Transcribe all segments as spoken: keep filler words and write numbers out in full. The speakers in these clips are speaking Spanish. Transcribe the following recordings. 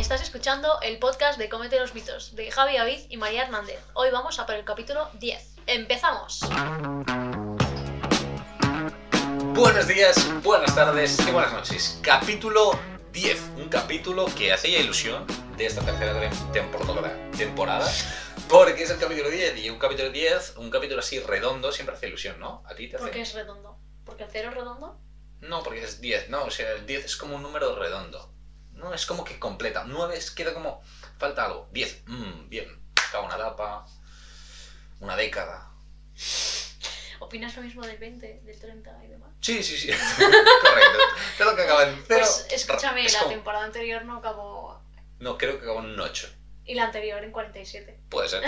estás escuchando el podcast de Cómete los mitos, de Javi David y María Hernández. Hoy vamos a por el capítulo diez. ¡Empezamos! Buenos días, buenas tardes y buenas noches. Capítulo diez. Un capítulo que hacía ilusión de esta tercera temporada, temporada porque es el capítulo diez. Y un capítulo diez, un capítulo así redondo, siempre hace ilusión, ¿no? ¿A ti te hace? ¿Por qué es redondo? ¿Porque el cero es redondo? No, porque es diez. No, o sea, el diez es como un número redondo. No, es como que completa. nueve es, queda como... falta algo. diez. Mmm, bien. Acaba una etapa. Una década. ¿Opinas lo mismo del veinte, del treinta y demás? Sí, sí, sí. Correcto. Es lo que acaba en cero. Pues escúchame, es la como... temporada anterior no acabó... No, creo que acabó en un ocho. Y la anterior en cuarenta y siete. Puede ser.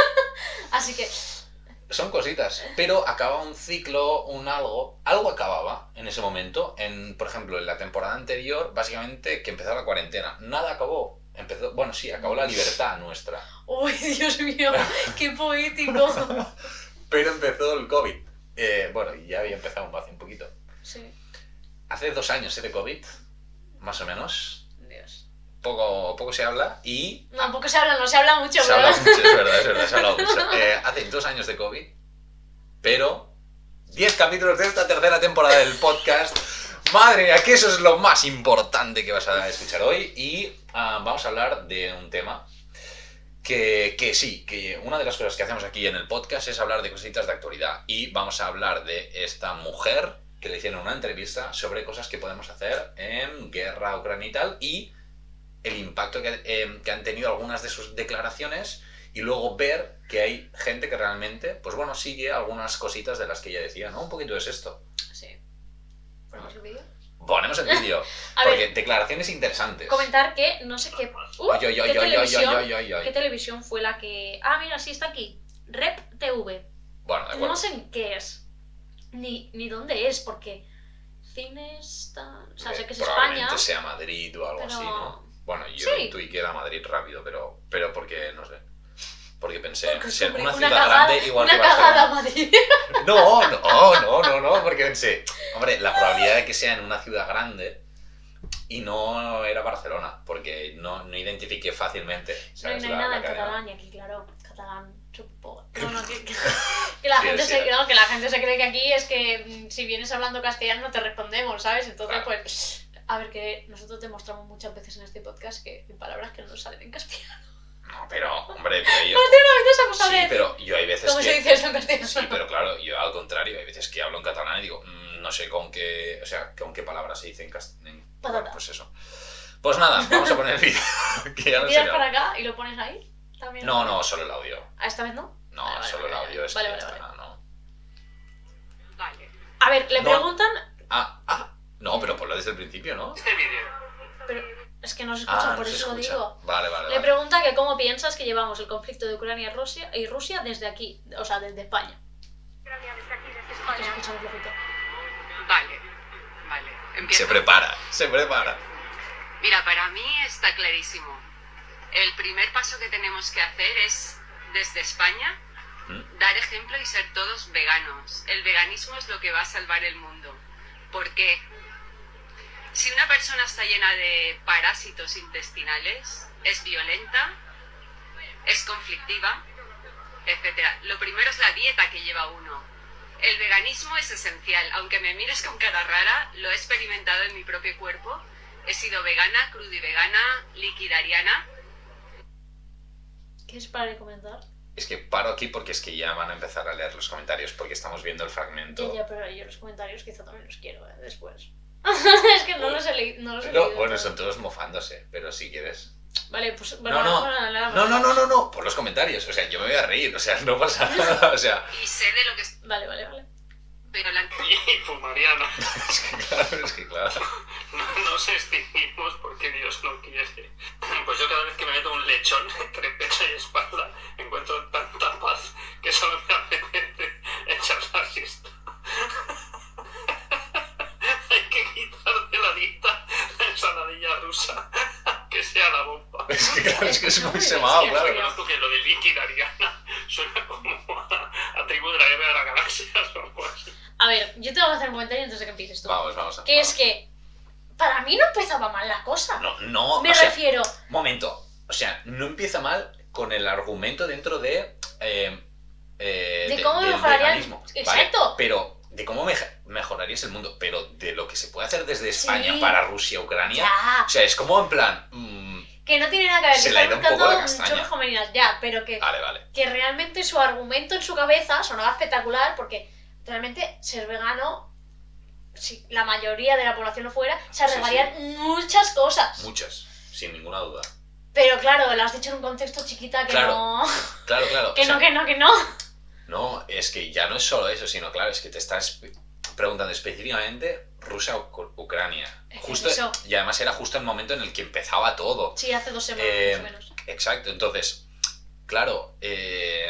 Así que... Son cositas, pero acaba un ciclo, un algo, algo acababa en ese momento. En, por ejemplo, en la temporada anterior, básicamente que empezó la cuarentena, nada acabó. Empezó, bueno, sí, acabó la libertad nuestra. ¡Uy, Dios mío! ¡Qué poético! Pero empezó el COVID. Eh, bueno, ya había empezado hace un poquito. Sí. Hace dos años de COVID, más o menos. Dios. Poco, poco se habla y... No, poco se habla, no se habla mucho, Se ¿verdad? habla mucho, es verdad, es verdad, se habla mucho. Eh, hace dos años de COVID, pero diez capítulos de esta tercera temporada del podcast. Madre mía, que eso es lo más importante que vas a escuchar hoy. Y uh, vamos a hablar de un tema que, que sí, que una de las cosas que hacemos aquí en el podcast es hablar de cositas de actualidad. Y vamos a hablar de esta mujer que le hicieron una entrevista sobre cosas que podemos hacer en guerra ucraniana y tal, y el impacto que, eh, que han tenido algunas de sus declaraciones, y luego ver que hay gente que realmente, pues bueno, sigue algunas cositas de las que ella decía, ¿no? Un poquito es esto. Sí. ¿Ponemos el vídeo? Ponemos el vídeo, A porque ver, declaraciones interesantes. comentar que no sé qué... Uh, Oy, oy, oy, ¿qué, oy, oy, televisión, oy, oy, oy. ¿Qué televisión fue la que...? Ah, mira, sí, está aquí. Rep T V. Bueno, de acuerdo. No sé ni qué es. Ni, ni dónde es, porque... Cines... Está... O sea, sé que es Probablemente España. sea Madrid o algo pero... así, ¿no? Bueno, yo Sí. intuí que era Madrid rápido, pero, pero porque, no sé. Porque pensé, Porque, si en hombre, una una ciudad cagada, grande igual una que cagada Barcelona. Madrid. No, no, no, no, no, porque pensé, hombre, la probabilidad de que sea en una ciudad grande y no era Barcelona, porque no, no identifiqué fácilmente, No, hay- ¿sabes? no hay la, nada la en cadena. catalán y aquí, claro, catalán chupo. No, no, que, que, que la Sí, gente sí. se, no, que la gente se cree que aquí es que mm, si vienes hablando castellano no te respondemos, ¿sabes? Entonces, Claro. pues... A ver, que nosotros demostramos muchas veces en este podcast que hay palabras que no nos salen en castellano. No, pero, hombre, pero yo... Más de una vez nos Sí, saber pero yo hay veces cómo que... se dice esto en castellano. Sí, pero claro, yo al contrario, hay veces que hablo en catalán y digo, mmm, no sé con qué, o sea, con qué palabras se dice en castellano. Patata. Pues eso. Pues nada, vamos a poner el vídeo, que ya no sé. ¿Tiras para acá y lo pones ahí? ¿También? No, no, solo el audio. ¿A esta vez no? No, Vale, vale, solo vale, el audio, es vale, que vale, ya vale. está, no. Vale. A ver, le No. preguntan... Ah, ah, no, pero ponlo desde el principio, ¿no? Este vídeo. Pero es que no se escucha, Ah, por no se eso lo escucha. digo. Vale, vale, Le vale. pregunta que cómo piensas que llevamos el conflicto de Ucrania y Rusia, y Rusia desde aquí, o sea, desde España. Que se escucha muy flojito. Vale. Vale. Empiezo. Se prepara, se prepara. Mira, para mí está clarísimo. El primer paso que tenemos que hacer es, desde España, ¿Mm? dar ejemplo y ser todos veganos. El veganismo es lo que va a salvar el mundo. Porque si una persona está llena de parásitos intestinales, es violenta, es conflictiva, etcétera. Lo primero es la dieta que lleva uno. El veganismo es esencial. Aunque me mires con cara rara, lo he experimentado en mi propio cuerpo. He sido vegana, crudivegana, liquidariana. ¿Quieres parar de comentar? Es que paro aquí porque es que ya van a empezar a leer los comentarios porque estamos viendo el fragmento. Ya, ya, pero yo los comentarios quizá también los quiero, ¿eh? Después. es que no los he, leído no los he No, leído bueno, todos. son todos mofándose, pero si quieres... Vale, pues... Bueno, No, no. bueno, la- la- No, no, no, no, no, por los comentarios, o sea, yo me voy a reír, o sea, no pasa nada, o sea... Y sé de lo que estoy Vale, vale, vale. hablando. Y fumarían. Es que claro, es que claro... No nos extinguimos porque Dios no quiere. Pues yo cada vez que me meto un lechón entre pecho y espalda encuentro tanta paz que solo me apetece echar la siesta. Hay que quitar de la dieta la ensaladilla rusa, que sea la bomba. Es que claro, es que es muy Es semado, que- claro. Conozco que lo de liquidariana suena como a, a tribu de la guerra de las galaxias o algo así. A ver, yo te voy a hacer un comentario antes de que empieces tú. Vamos, vamos a... Que es que para mí no empezaba mal la cosa. No, no, Me o sea, refiero... momento, o sea, no empieza mal con el argumento dentro de... Eh, eh, De cómo del mejorarían- veganismo, ¿vale? Exacto. Pero de cómo me- mejorarías el mundo, pero de lo que se puede hacer desde España Sí. para Rusia, Ucrania, Ya. o sea, es como en plan... mm, Que no tiene nada que ver. Se que le ha están ido un poco la buscando castaña. chorros femeninas, ya, pero que, vale, vale. que realmente su argumento en su cabeza sonaba espectacular porque realmente ser vegano, si la mayoría de la población no fuera, se Sí, arreglarían muchas cosas. Muchas, sin ninguna duda. Pero claro, lo has dicho en un contexto chiquita que Claro. no... Claro, claro. Que o sea, no, que no, que no. No, es que ya no es solo eso, sino claro, es que te estás preguntando específicamente Rusia o Ucrania. Es que Justo, es eso. y además era justo el momento en el que empezaba todo. Sí, hace dos semanas Eh, más o menos. Exacto, entonces, claro, eh,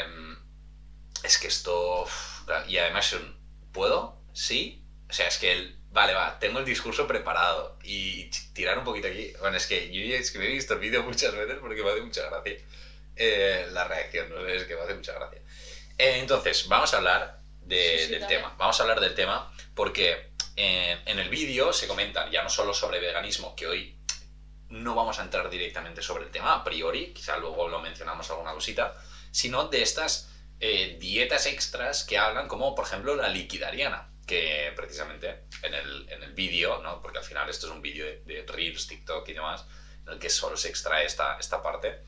es que esto... uf, claro, y además, un, ¿puedo? ¿Sí? O sea, es que el... Vale, va, tengo el discurso preparado y tirar un poquito aquí. Bueno, es que yo ya es que me he visto el vídeo muchas veces porque me hace mucha gracia eh, la reacción, ¿no? Es que me hace mucha gracia. Eh, entonces, vamos a hablar de- Sí, sí, del dale. tema. Vamos a hablar del tema porque eh, en el vídeo se comenta ya no solo sobre veganismo, que hoy no vamos a entrar directamente sobre el tema a priori, quizá luego lo mencionamos alguna cosita, sino de estas eh, dietas extras que hablan, como por ejemplo la liquidariana, que precisamente en el, en el vídeo, ¿no? Porque al final esto es un vídeo de, de Reels, TikTok y demás, en el que solo se extrae esta, esta parte,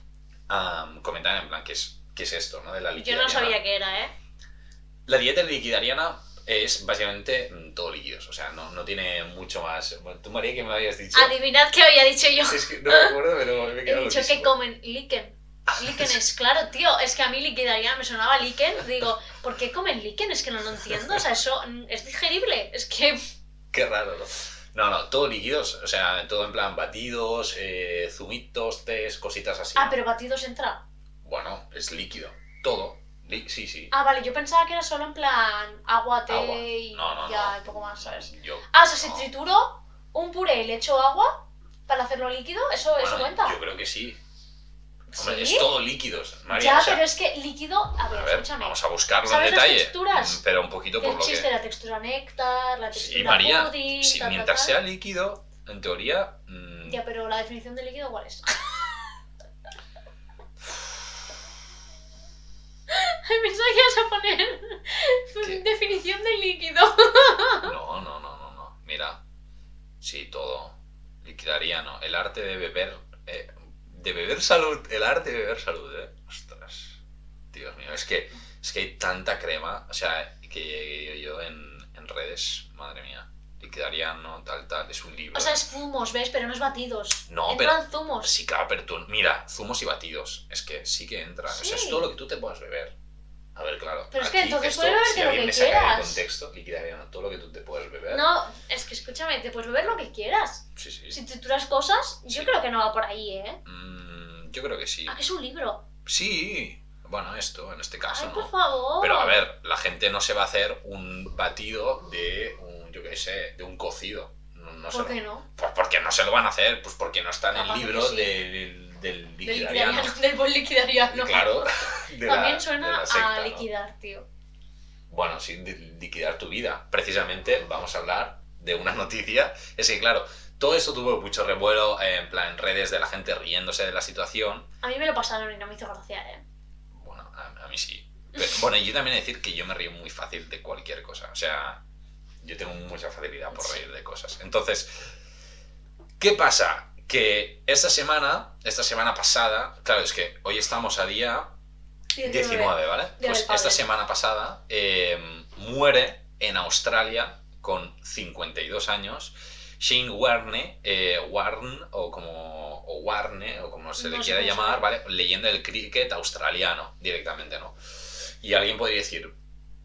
um, comentan en plan qué es, qué es esto, ¿no? De la Yo liquidariana. no sabía qué era, ¿eh? La dieta liquidariana es básicamente mm, todo líquidos, o sea, no, no tiene mucho más. Bueno, tú, María, que me habías dicho. Adivinad qué había dicho yo. Es que no me acuerdo, pero me he He quedado dicho que loquísimo. comen liquen. Liquen es claro, tío. Es que a mí liquidariana me sonaba liquen. Digo, ¿por qué comen liquen? Es que no lo entiendo. O sea, eso mm, es digerible. Es que. Qué raro, ¿no? No, no, todo líquidos, o sea, todo en plan batidos, eh, zumitos, tés, cositas así. Ah, ¿no? pero batidos entra. Bueno, es líquido, todo. Li- sí, sí. Ah, vale, yo pensaba que era solo en plan agua, té Agua. y No, no, ya, no. y poco más, ¿sabes? Yo, Ah, o sea, si no. trituro un puré y le echo agua para hacerlo líquido, ¿eso, eso Bueno, cuenta? Yo creo que sí. Hombre, ¿Sí? es todo líquidos, María. Ya, o sea, pero es que líquido. A ver, a ver, escúchame. vamos a buscarlo en ¿Sabes las detalle. texturas? mm, Pero un poquito Que por lo existe que. la textura néctar, la textura Sí, María, pudín, sí, tal, tal, mientras tal. sea líquido, en teoría. mm, Ya, pero la definición de líquido, ¿cuál es? Ay, pensaba que ibas a poner ¿Qué? definición de líquido. No, no, no, no, no. Mira. Sí, todo. Liquidariano. El arte de beber. eh, de beber salud. El arte de beber salud, eh. Ostras. Dios mío. Es que, es que hay tanta crema. O sea, que yo en, en redes. Madre mía. Liquidariano, tal, tal. Es un libro. O sea, es zumos, ¿ves? Pero no es batidos. No, Entran zumos. Sí, claro, pero tú. Mira, zumos y batidos. Es que sí que entra. O sea, es Sí. todo lo que tú te puedas beber. A ver, claro. Pero es que aquí entonces esto, puedes beberte si lo alguien que me saca quieras. de contexto, liquidariano, todo lo que tú te puedes beber. No, es que escúchame, te puedes beber lo que quieras. Sí, sí. Si trituras cosas, yo Sí. creo que no va por ahí, ¿eh? Mm, yo creo que sí. Ah, que es un libro. Sí. Bueno, esto, en este caso, Ay, ¿no? por favor. Pero a ver, la gente no se va a hacer un batido de un, yo qué sé, de un cocido. No, no se ¿Por lo- qué no? Pues porque no se lo van a hacer, pues porque no está en el Capaz que libro sí. del, del Del liquidariano. liquidariano, del buen liquidariano. Claro. de la- También de suena la secta, a ¿no? liquidar, tío. Bueno, sí, de liquidar tu vida. Precisamente vamos a hablar de una noticia. Es que, claro, todo esto tuvo mucho revuelo eh, en plan en redes de la gente riéndose de la situación. A mí me lo pasaron y no me hizo gracia, ¿eh? Bueno, a, a mí sí. Pero, bueno, y yo también he de decir que yo me río muy fácil de cualquier cosa. O sea, yo tengo mucha facilidad por reír de cosas. Entonces, ¿qué pasa? Que esta semana, esta semana pasada, claro, es que hoy estamos a día diecinueve, ¿vale? Día Pues del padre. esta semana pasada eh, muere en Australia con cincuenta y dos años Shane Warne, eh, Warne o como o Warne o como se No le sé quiera cómo se llamar, llama. ¿vale? Leyenda del cricket australiano directamente, ¿no? Y alguien podría decir,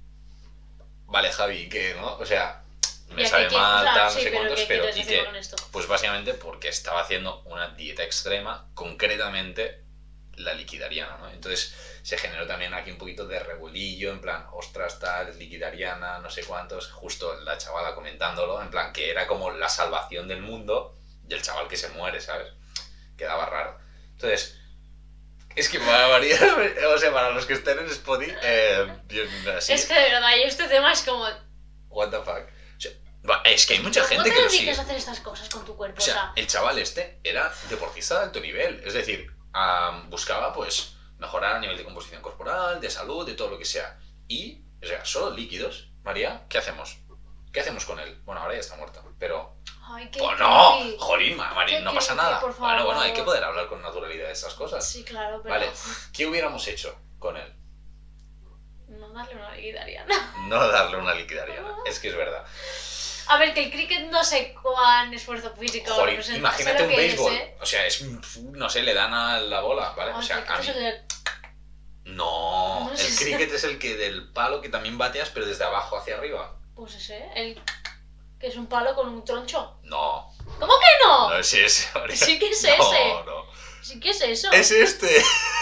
vale, Javi, ¿qué, no? O sea, me Ya, sabe que- que- mal, o sea, tal, sí, no sé pero cuántos, ¿qué pero quieres decir dice, con esto? pues básicamente porque estaba haciendo una dieta extrema, concretamente la liquidariana, ¿no? Entonces se generó también aquí un poquito de revuelillo, en plan, ostras, tal, liquidariana, no sé cuántos, justo la chavala comentándolo, en plan, que era como la salvación del mundo y el chaval que se muere, ¿sabes? Quedaba raro. Entonces, es que para variar, o sea, para los que estén en Spotify, eh, bien, así, Es que de verdad, y este tema es como... what the fuck. O sea, Va, Es que hay mucha ¿Cómo gente te que lo sigue. dedicas a hacer estas cosas con tu cuerpo? O sea, el chaval este era deportista de alto nivel. Es decir, um, buscaba, pues, mejorar a nivel de composición corporal, de salud, de todo lo que sea. Y, o sea, solo líquidos. María, ¿qué hacemos? ¿Qué hacemos con él? Bueno, ahora ya está muerto, pero... Ay, qué ¡Oh, no! creepy. ¡Jolín, María, Qué no pasa creepy, nada! por Bueno, bueno, hay favor. que poder hablar con naturalidad de estas cosas. Sí, claro, pero... Vale, ¿qué hubiéramos hecho con él? No darle una liquidariana. No darle una liquidariana. Es que es verdad. A ver, que el cricket no sé cuán esfuerzo físico Jolín, representa. imagínate Sé un lo que es, béisbol. ¿eh? O sea, es... No sé, le dan a la bola, ¿vale? O Ay, sea, que a eso mí... de- No, No el sé. cricket es el que del palo que también bateas, pero desde abajo hacia arriba. Pues ese, el... Que es un palo con un troncho. No, ¿Cómo que no? no es ese. María. Sí que es no, ese. No, Sí que es eso. es este.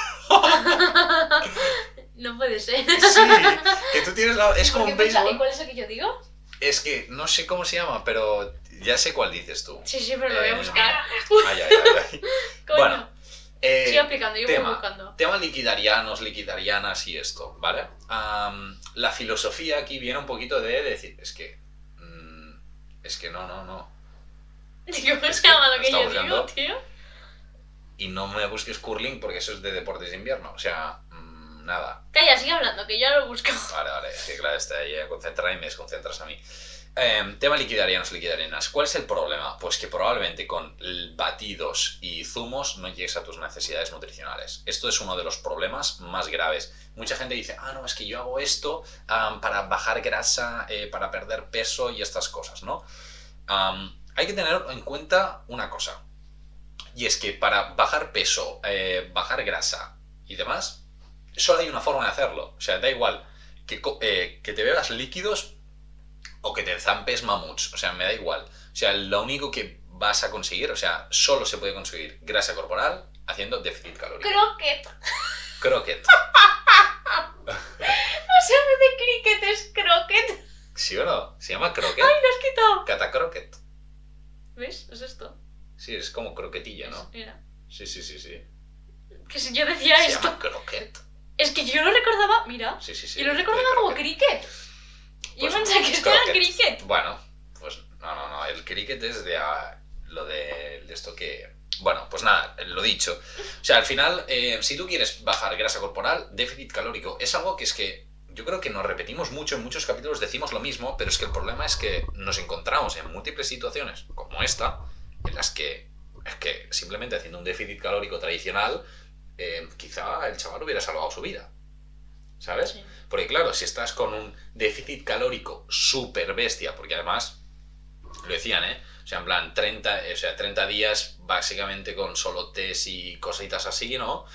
No puede ser. Sí, que tú tienes la... Es ¿Y como por un qué pensa- ¿Y béisbol. cuál es el que yo digo? Es que no sé cómo se llama, pero ya sé cuál dices tú. Sí, sí, pero lo voy a Eh, buscar. Ay, ay, ay, ay. Coño. Bueno, eh, Sigue aplicando, yo voy tema. buscando. Tema liquidarianos, liquidarianas y esto, ¿vale? Am, la filosofía aquí viene un poquito de decir, es que... mm, es que no, no, no. ¿Cómo Es se que llama lo lo que está yo buscando. digo, tío? Y no me busques curling porque eso es de deportes de invierno. O sea, mmm, nada. Calla, sigue hablando, que yo lo busco. Vale, vale. Es que claro, está ahí a concentrar y me desconcentras a mí. Eh, tema liquidarianos, liquidarianas. ¿Cuál es el problema? Pues que probablemente con l- batidos y zumos no llegues a tus necesidades nutricionales. Esto es uno de los problemas más graves. Mucha gente dice, ah, no, es que yo hago esto am, para bajar grasa, eh, para perder peso y estas cosas, ¿no? Am, hay que tener en cuenta una cosa. Y es que para bajar peso, eh, bajar grasa y demás, solo hay una forma de hacerlo. O sea, da igual que, co- eh, que te bebas líquidos o que te zampes mamuts. O sea, me da igual. O sea, lo único que vas a conseguir, o sea, solo se puede conseguir grasa corporal haciendo déficit calórico. Croquet. Croquet. No sé, en vez de cricket es croquet. ¿Sí o no? Se llama croquet. ¡Ay, lo has quitado! Catacroquet. ¿Ves? Es esto. Sí, es como croquetilla, ¿no? Mira. Sí, sí, sí, sí. Que si yo decía Se esto. llama croquet. Es que yo lo recordaba. Mira. Sí, sí, sí. Y lo de recordaba como croquet. cricket. Yo Pues, pensaba que esto era croquet. cricket. Bueno, pues no, no, no. El cricket es de ah, lo de, de esto que... Bueno, pues nada, lo dicho. O sea, al final, eh, si tú quieres bajar grasa corporal, déficit calórico es algo que es que yo creo que nos repetimos mucho, en muchos capítulos decimos lo mismo, pero es que el problema es que nos encontramos en múltiples situaciones como esta, en las que es que simplemente haciendo un déficit calórico tradicional, eh, quizá el chaval hubiera salvado su vida. ¿Sabes? Sí. Porque claro, si estás con un déficit calórico súper bestia, porque además lo decían, ¿eh? O sea, en plan, treinta, o sea, treinta días básicamente con solo test y cositas así, ¿no?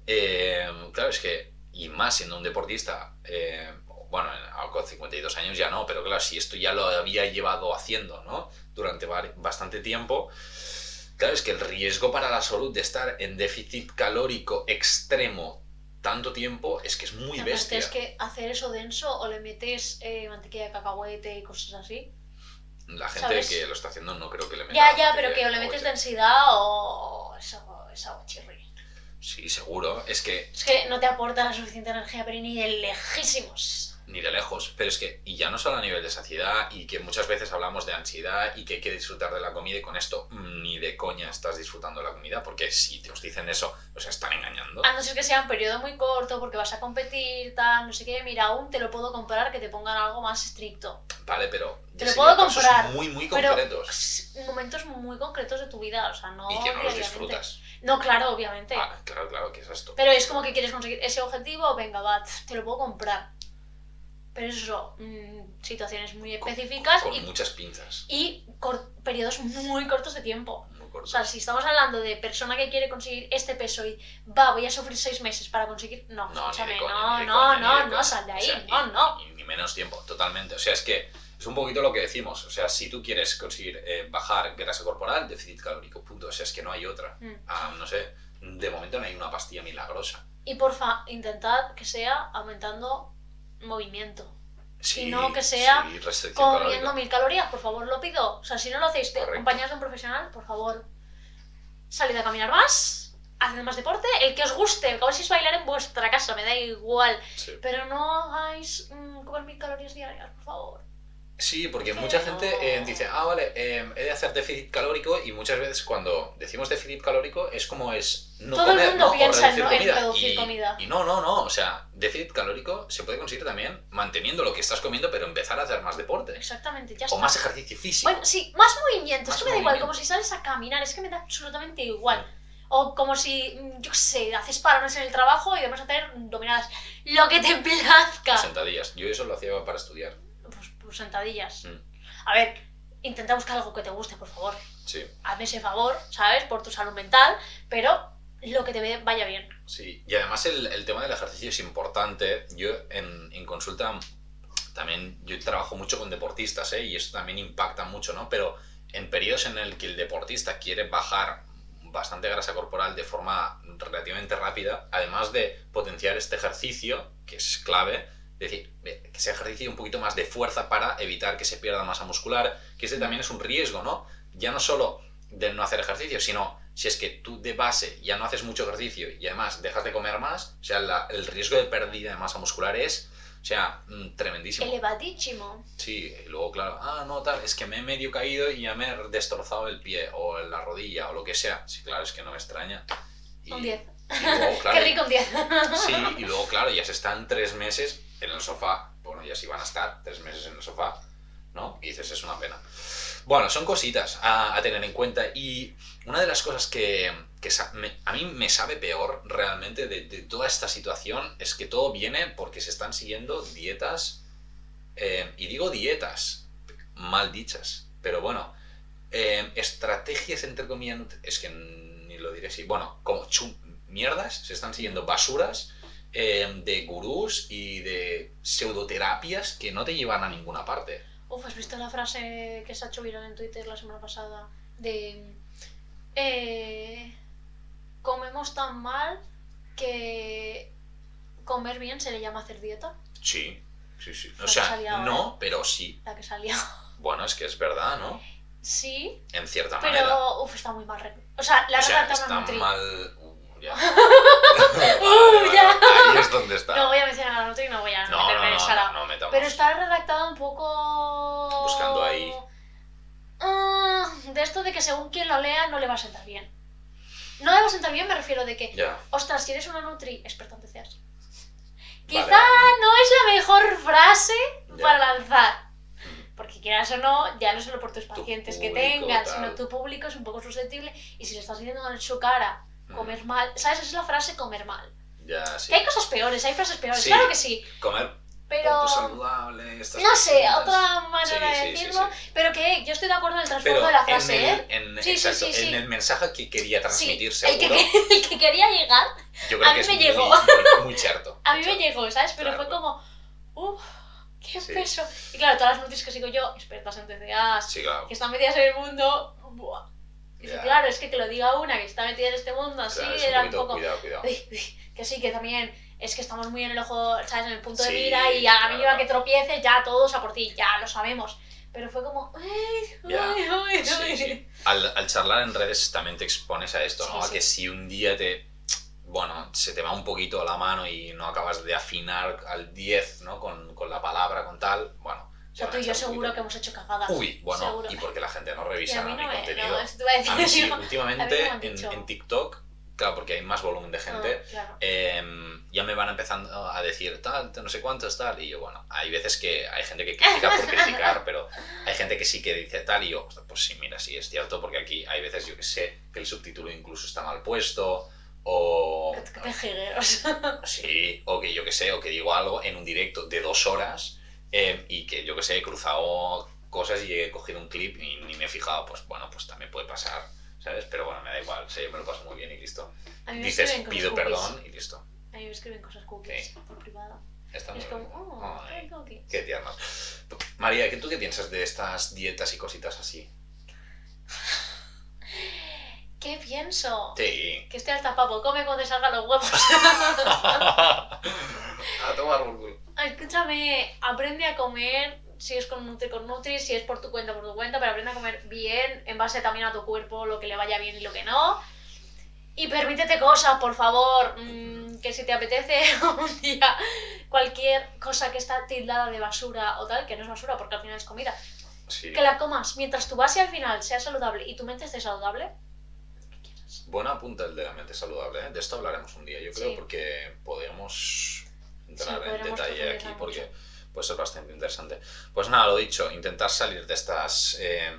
Eh, claro, es que, y más siendo un deportista, eh, bueno, con cincuenta y dos años ya no, pero claro, si esto ya lo había llevado haciendo, ¿no? Durante bastante tiempo, claro, es que el riesgo para la salud de estar en déficit calórico extremo tanto tiempo es que es muy Aparte bestia. es que hacer eso denso o le metes eh, mantequilla de cacahuete y cosas así. La gente ¿sabes? que lo está haciendo no creo que le meta Ya, ya, mantequilla pero de que o le metes cacahuete. densidad o eso es algo chirri. Sí, seguro. Es que Es que no te aporta la suficiente energía, pero ni de lejísimos. ni de lejos. Pero es que, y ya no solo a nivel de saciedad, y que muchas veces hablamos de ansiedad y que hay que disfrutar de la comida, y con esto mm, ni de coña estás disfrutando de la comida, porque si te os dicen eso, os están engañando. A no ser que sea un periodo muy corto porque vas a competir, tal, no sé qué. Mira, aún te lo puedo comprar que te pongan algo más estricto. Vale, pero Te lo serían puedo casos comprar, muy, muy pero concretos. s- momentos muy concretos de tu vida, o sea, no Y que no los diariamente. disfrutas. No, claro, obviamente. Ah, claro, claro, que es esto. Pero es como que quieres conseguir ese objetivo, venga, va, te lo puedo comprar. Pero eso, mm, situaciones muy específicas Con y, muchas pinzas. y cor- periodos muy cortos de tiempo. Muy O cortas. sea, si estamos hablando de persona que quiere conseguir este peso y va, voy a sufrir seis meses para conseguir. No, No, ni escúchame, de coña, no, ni de no, coña, no, ni de no, coña. sal de ahí, O sea, no, y- no. y- Ni menos tiempo, totalmente. O sea, es que es un poquito lo que decimos. O sea, si tú quieres conseguir eh, bajar grasa corporal, déficit calórico, punto. O sea, es que no hay otra. Mm. Ah, no sé, de momento no hay una pastilla milagrosa. Y porfa, intentad que sea aumentando movimiento. Sí, Y no que sea sí, restricción Comiendo calórica. mil calorías, por favor, lo pido. O sea, si no lo hacéis de- Correcto. acompañados de un profesional, por favor, salid a caminar más, haced más deporte, el que os guste, el que si es bailar en vuestra casa, me da igual. Sí. Pero no hagáis mm, comer mil calorías diarias, por favor. Sí, porque Que mucha no. gente eh, dice, ah, vale, eh, he de hacer déficit calórico y muchas veces cuando decimos déficit calórico es como es no Todo el comer, mundo ¿no? O piensa en reducir no- en comida. reducir y, comida. y no, no, no, o sea, déficit calórico se puede conseguir también manteniendo lo que estás comiendo, pero empezar a hacer más deporte. Exactamente, ya O está. más ejercicio físico. Bueno, sí, más movimiento. Más Es que me da igual, movimiento. como si sales a caminar, es que me da absolutamente igual. O como si, mm, yo qué sé, haces parones en el trabajo y además hacer dominadas. Lo que te plazca. Sentadillas. Yo eso lo hacía para estudiar. Pues, pues sentadillas. Mm, A ver, intenta buscar algo que te guste, por favor. Sí, Hazme ese favor, ¿sabes? Por tu salud mental, pero lo que te vaya bien. sí. Y además el, el tema del ejercicio es importante. Yo en, en consulta también, yo trabajo mucho con deportistas, ¿eh? Y esto también impacta mucho, ¿no? Pero en periodos en el que el deportista quiere bajar bastante grasa corporal de forma relativamente rápida, además de potenciar este ejercicio, que es clave, es decir, que sea ejercicio un poquito más de fuerza para evitar que se pierda masa muscular, que este también es un riesgo, ¿no? Ya no solo de no hacer ejercicio, sino si es que tú de base ya no haces mucho ejercicio y además dejas de comer más, o sea, la- el riesgo de pérdida de masa muscular es, o sea, mm, tremendísimo. Elevadísimo. Sí, y luego, claro, ah, no, tal, es que me he medio caído y ya me he destrozado el pie o la rodilla o lo que sea. Sí, claro, es que no me extraña. Y, Un diez. y luego, claro, Qué rico un diez. sí, y luego, claro, ya se están tres meses en el sofá. Bueno, ya sí van a estar tres meses en el sofá, ¿no? Y dices, es una pena. Bueno, son cositas a, a tener en cuenta. Y una de las cosas que, que sa- me- a mí me sabe peor realmente de, de toda esta situación es que todo viene porque se están siguiendo dietas, eh, y digo dietas mal dichas, pero bueno, eh, estrategias entre comillas, nut- es que ni lo diré así, bueno, como chum- mierdas, se están siguiendo basuras eh, de gurús y de pseudoterapias que no te llevan a ninguna parte. Uf, ¿has visto la frase que se ha hecho viral en Twitter la semana pasada? De... Eh, comemos tan mal que comer bien se le llama hacer dieta. Sí, sí, sí. O La que sea, salía ahora. no, pero sí. La que salía. Bueno, es que es verdad, ¿no? Sí, En cierta manera. pero uf, está muy mal. re- O sea, la O sea, redacta está una Nutri. mal... Uh, ya. Uh, Vale, ya. vale. Ahí es donde está. No voy a mencionar a la Nutri y no voy a No, no, meterme en no, esa la- no, no metamos. Pero está redactada un poco... Buscando ahí. Ah, de esto de que según quien lo lea no le va a sentar bien. No le va a sentar bien, me refiero de que, Ya. ostras, si eres una Nutri, experta en T C As. Quizá Vale. no es la mejor frase Ya. para lanzar. Porque quieras o no, ya no solo por tus pacientes que público, tengan, tal. sino tu público es un poco susceptible y si le estás diciendo en su cara Mm. comer mal, ¿sabes? Esa es la frase comer mal. Ya, sí. Que hay cosas peores, hay frases peores, Sí. claro que sí, Comer pero... poco saludable, estas No sé, cositas. otra manera Sí, de sí, sí, decirlo, sí. pero que yo estoy de acuerdo en el trasfondo Pero de la en frase, el, ¿eh? en, Sí, sí, exacto, sí, sí. en el mensaje que quería transmitir, Sí, el que, seguro, el que quería llegar, yo creo a que mí es me muy, llegó. muy, muy cherto. a muy mí me cherto. llegó, ¿sabes? Pero Claro, fue como, uff, qué Sí. peso. Y claro, todas las noticias que sigo yo, expertas en T C As, Sí, claro. que están metidas en el mundo, buah. Y dice, Ya. claro, es que que lo diga una que está metida en este mundo así, Claro, es un era un poquito, poco... cuidado, cuidado. Uy, uy, que sí, que también es que estamos muy en el ojo, ¿sabes? En el punto de Sí, mira y a la claro. mínima que tropiece, ya todos a por ti, ya lo sabemos. Pero fue como, ay, Ya. ay, ay, Sí, ay. sí. Al, al charlar en redes también te expones a esto, Sí, ¿no? A sí. que si un día te... Bueno, se te va un poquito la mano y no acabas de afinar al diez, ¿no? Con, con la palabra, con tal, bueno... O sea, tú y yo seguro que hemos hecho cagadas. Uy, bueno, seguro. y porque la gente no Y revisa a mí mi no me... contenido. No, eso te iba a decir A mí sí, yo. A últimamente mí no me han en, dicho. en TikTok, claro, porque hay más volumen de gente, Ah, claro. eh, ya me van empezando a decir tal, no sé cuántos, tal, y yo, bueno, hay veces que hay gente que critica por criticar, pero hay gente que sí que dice tal, y yo, pues sí, mira, sí, es cierto, porque aquí hay veces, yo que sé, que el subtítulo incluso está mal puesto, o... Qué pejigueros. Sí, o que yo que sé, o que digo algo en un directo de dos horas eh, y que yo que sé, he cruzado cosas y he cogido un clip y ni me he fijado, pues bueno, pues también puede pasar, ¿sabes? Pero bueno, me da igual, sí, yo me lo paso muy bien y listo. A mí me Dices, escriben cosas pido cookies. perdón y listo. A mí me escriben cosas cookies Sí. por privado. Está Y muy es como, bien. oh, Ay, qué cookies. qué tiernos. María, ¿qué- ¿tú qué piensas de estas dietas y cositas así? ¿Qué pienso? Sí. Que estoy al tapapo, come cuando te salgan los huevos. A tomar por culo. Escúchame, aprende a comer, si es con Nutri, con Nutri, si es por tu cuenta, por tu cuenta, pero aprende a comer bien, en base también a tu cuerpo, lo que le vaya bien y lo que no. Y permítete cosas, por favor, mmm, que si te apetece un día cualquier cosa que está tildada de basura o tal, que no es basura porque al final es comida, Sí. que la comas mientras tu base al final sea saludable y tu mente esté saludable. Buen apunte el de la mente saludable, ¿eh? De esto hablaremos un día, yo creo, Sí. porque podríamos entrar Sí, en podríamos detalle profundizar aquí, porque mucho. puede ser bastante interesante. Pues nada, lo dicho, intentar salir de estas eh,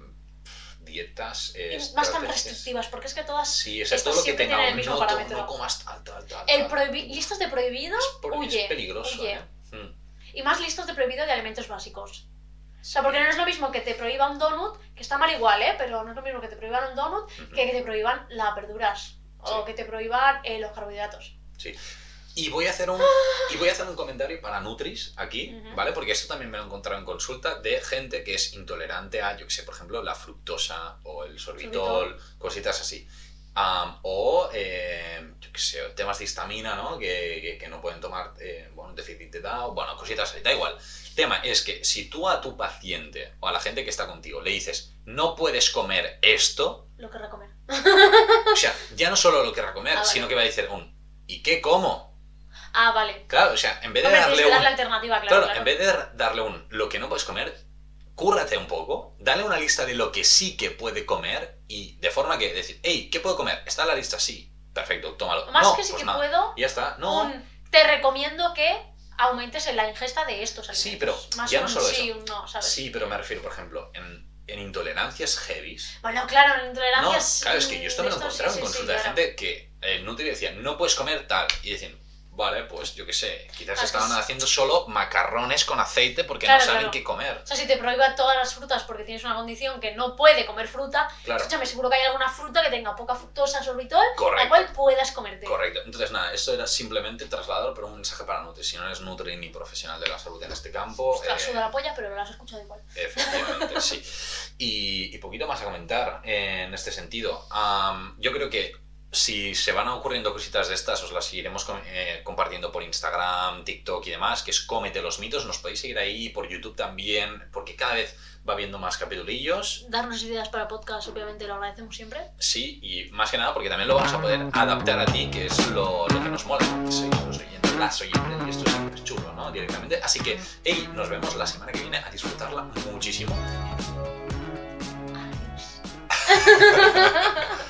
dietas. Y Eh, más tan estrategias. restrictivas, porque es que todas Sí, o sea, estas todo lo que siempre tenga tienen el un mismo no, to- parámetro. no comas tal, tal, tal. El tal. prohibi- listos de prohibido, Es, por- es huye, peligroso, huye. ¿eh? Mm. Y más listos de prohibido de alimentos básicos. O sea, porque no es lo mismo que te prohíban un donut, que está mal igual, ¿eh? Pero no es lo mismo que te prohíban un donut Ujú. que que te prohíban las verduras. O Sí. que te prohíban eh, los carbohidratos. Sí. Y voy a hacer un y voy a hacer un comentario para Nutris aquí, Ujú. ¿vale? Porque esto también me lo he encontrado en consulta de gente que es intolerante a, yo que sé, por ejemplo, la fructosa o el sorbitol, cositas así. Am, o, eh, yo que sé, temas de histamina, ¿no? Que, que, que no pueden tomar, eh, bueno, déficit de Down, bueno, cositas así, da igual. El tema es que si tú a tu paciente o a la gente que está contigo le dices, no puedes comer esto, Lo que recomer. o sea, ya no solo lo querrá comer, Ah, vale. sino que va a decir un, ¿y qué como? Ah, vale. Claro, o sea, en vez de Hombre, darle tienes que un... darle alternativa, claro. Claro, claro. en vez de darle un lo que no puedes comer, cúrrate un poco, dale una lista de lo que sí que puede comer y de forma que decir, hey, ¿qué puedo comer? ¿Está en la lista? Sí. Perfecto, tómalo. Más no, que sí pues que nada. puedo, Ya está. No. un, te recomiendo que aumentes en la ingesta de estos alimentos. Sí, pero Más ya un no solo sí, eso. un no, ¿sabes? Sí, pero me refiero, por ejemplo, en, en intolerancias heavies. Bueno, claro, en No, intolerancias... claro, es que yo esto me lo he esto sí, encontrado sí, en sí, consulta de claro. gente que el Nutri decía, no puedes comer tal. Y decían, vale, pues yo qué sé, quizás Ah, estaban que sí. haciendo solo macarrones con aceite porque Claro, no saben claro. qué comer. O sea, si te prohíba todas las frutas porque tienes una condición que no puede comer fruta, Claro. escúchame, seguro que hay alguna fruta que tenga poca fructosa, sorbitol, Correcto. la cual puedas comerte. Correcto. Entonces, nada, esto era simplemente trasladado, pero un mensaje para Nutri. Si no eres Nutri ni profesional de la salud en este campo, Ostras, eh, suda la polla, pero lo has escuchado igual. efectivamente, sí. Y, y poquito más a comentar en este sentido. Am, yo creo que si se van ocurriendo cositas de estas, os las iremos com- eh, compartiendo por Instagram, TikTok y demás, que es Cómete los mitos. Nos podéis seguir ahí, por YouTube también, porque cada vez va viendo más capitulillos. Darnos ideas para podcast, obviamente, lo agradecemos siempre. Sí, y más que nada porque también lo vamos a poder adaptar a ti, que es lo, lo que nos mola, porque sois los oyentes, las oyentes, y esto es chulo, ¿no? Directamente. Así que, hey, nos vemos la semana que viene a disfrutarla muchísimo. Adiós.